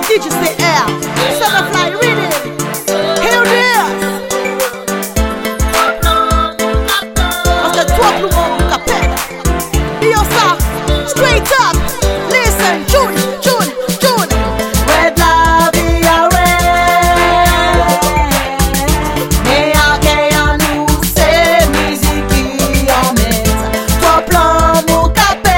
DJCR, Soulfly Reading. Here it is. Parce que toi, plus mon capel. Bio ça, straight up. Listen, June. Red la via red. Mais à qu'à nous, c'est musique qui en met. Toi, plan mon capel.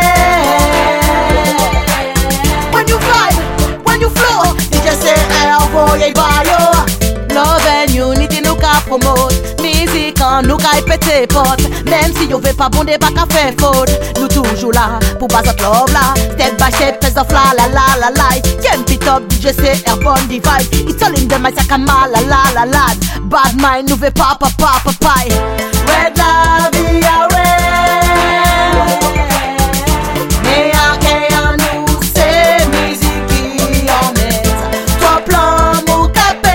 When you vibe, when you flow, DJCR, voyez bayo. Love and unity nous ka promote. Musique en nous ka pété porte. Même si yo veut pas bonder, pas qu'à faire faute. Nous toujours là, pour pas notre love là. Step by step, face of la. Can't beat up DJCR, bon divide. It's all in the mind, y'a la. Bad mind, nous veut pas. Red la via red. Mais à qu'à nous, c'est musique qui en met. Toi plan mon capel.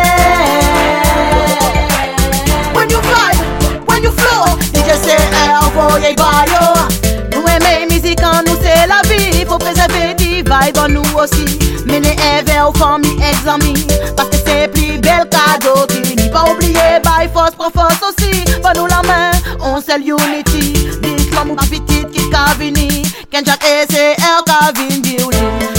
When you vibe, when you flow, DJCR, voyez bayo. Nous aimer musique en nous, c'est la vie. Faut préserver des vibes en nous aussi. Mener un verre aux familles, ex-amis. Parce que c'est plus bel cadeau qui n'y pas oublier. By force, prend force aussi. Pas nous la main, on sait l'unity. L'islam ou petite qui ca vini. Kenjak et c'est R. Kavin Beauty.